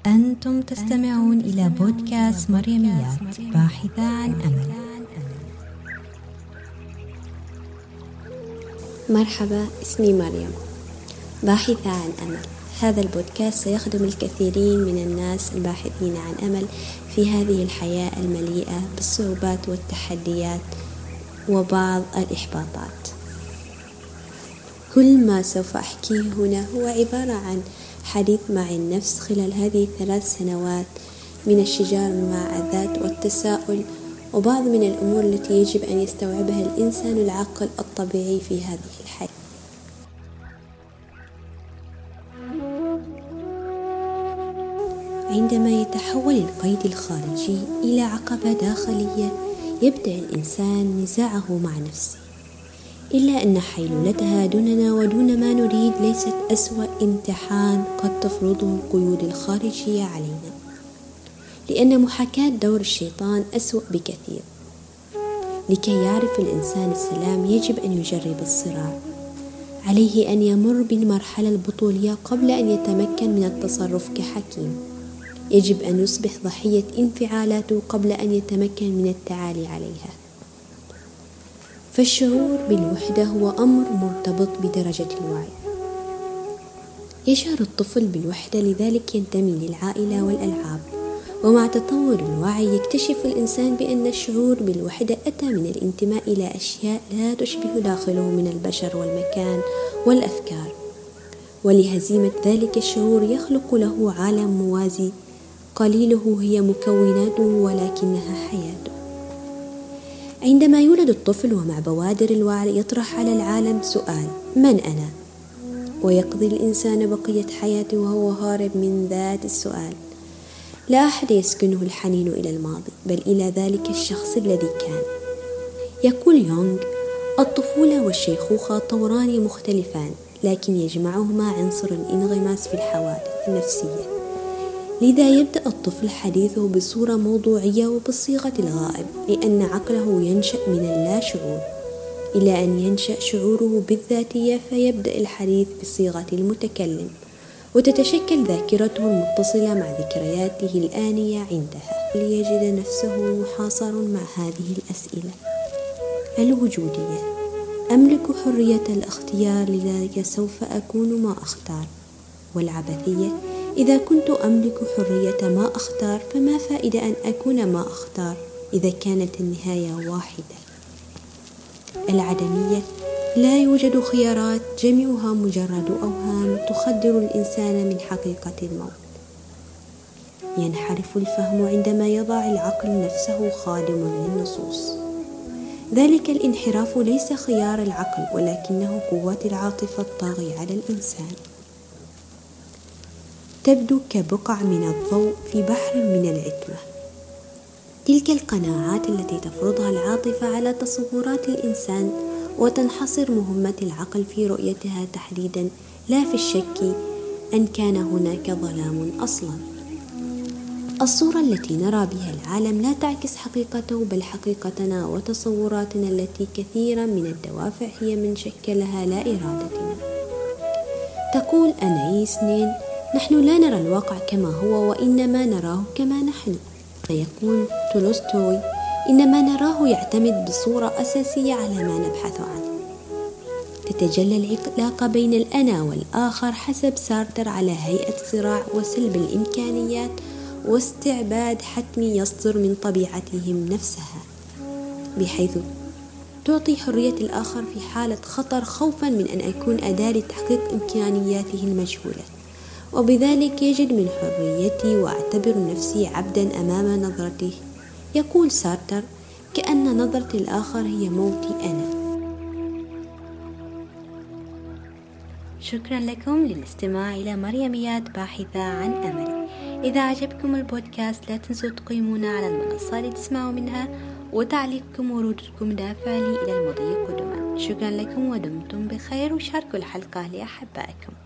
أنتم تستمعون إلى بودكاست مريميات باحثة عن أمل. مرحبا، اسمي مريم، باحثة عن أمل. هذا البودكاست سيخدم الكثيرين من الناس الباحثين عن أمل في هذه الحياة المليئة بالصعوبات والتحديات وبعض الإحباطات. كل ما سوف أحكيه هنا هو عبارة عن حديث مع النفس خلال هذه 3 سنوات من الشجار مع الذات والتساؤل وبعض من الأمور التي يجب أن يستوعبها الإنسان العاقل الطبيعي في هذه الحياة. عندما يتحول القيد الخارجي إلى عقبة داخلية يبدأ الإنسان نزاعه مع نفسه، إلا أن حيلولتها دوننا ودون ما نريد ليست أسوأ امتحان قد تفرضه القيود الخارجية علينا، لأن محاكاة دور الشيطان أسوأ بكثير. لكي يعرف الإنسان السلام يجب أن يجرب الصراع، عليه أن يمر بالمرحلة البطولية قبل أن يتمكن من التصرف كحكيم. يجب أن يصبح ضحية انفعالاته قبل أن يتمكن من التعالي عليها. فالشعور بالوحدة هو أمر مرتبط بدرجة الوعي. يشعر الطفل بالوحدة لذلك ينتمي للعائلة والألعاب، ومع تطور الوعي يكتشف الإنسان بأن الشعور بالوحدة أتى من الانتماء إلى أشياء لا تشبه داخله من البشر والمكان والأفكار، ولهزيمة ذلك الشعور يخلق له عالم موازي قليله هي مكوناته ولكنها حياته. عندما يولد الطفل ومع بوادر الوعي يطرح على العالم سؤال: من أنا؟ ويقضي الإنسان بقية حياته وهو هارب من ذات السؤال. لا أحد يسكنه الحنين إلى الماضي بل إلى ذلك الشخص الذي كان. يقول يونغ: الطفولة والشيخوخة طوران مختلفان، لكن يجمعهما عنصر الانغماس في الحوادث النفسية. لذا يبدأ الطفل حديثه بصورة موضوعية وبصيغة الغائب، لأن عقله ينشأ من اللا شعور إلى أن ينشأ شعوره بالذاتية، فيبدأ الحديث بصيغة المتكلم، وتتشكل ذاكرته المتصلة مع ذكرياته الآنية عندها، ليجد نفسه محاصر مع هذه الأسئلة: الوجودية، أملك حرية الاختيار لذلك سوف أكون ما أختار. والعبثية، إذا كنت أملك حرية ما أختار فما فائدة أن أكون ما أختار إذا كانت النهاية واحدة. العدمية، لا يوجد خيارات، جميعها مجرد أوهام تخدر الإنسان من حقيقة الموت. ينحرف الفهم عندما يضع العقل نفسه خادما للنصوص. ذلك الانحراف ليس خيار العقل ولكنه قوة العاطفة الطاغية على الإنسان. تبدو كبقع من الضوء في بحر من العتمة. تلك القناعات التي تفرضها العاطفة على تصورات الإنسان، وتنحصر مهمة العقل في رؤيتها تحديدا، لا في الشك أن كان هناك ظلام أصلا. الصورة التي نرى بها العالم لا تعكس حقيقته بل حقيقتنا وتصوراتنا التي كثيرا من الدوافع هي من شكلها لا إرادتنا. تقول أنايس نين: نحن لا نرى الواقع كما هو وإنما نراه كما نحن. فيقول تولستوي: إنما نراه يعتمد بصورة أساسية على ما نبحث عنه. تتجلى العلاقة بين الأنا والآخر حسب سارتر على هيئة صراع وسلب الإمكانيات واستعباد حتمي يصدر من طبيعتهم نفسها، بحيث تعطي حرية الآخر في حالة خطر خوفا من أن أكون أداة لتحقيق إمكانياته المجهولة، وبذلك يجد من حريتي وأعتبر نفسي عبدا أمام نظرته. يقول سارتر: كأن نظرة الآخر هي موتي أنا. شكرا لكم للاستماع إلى مريميات باحثة عن أمل. إذا عجبكم البودكاست لا تنسوا تقيمونا على المنصة اللي تسمعوا منها، وتعليقكم وردودكم دافع لي إلى المضي قدما. شكرا لكم ودمتم بخير، وشاركوا الحلقة لأحبائكم.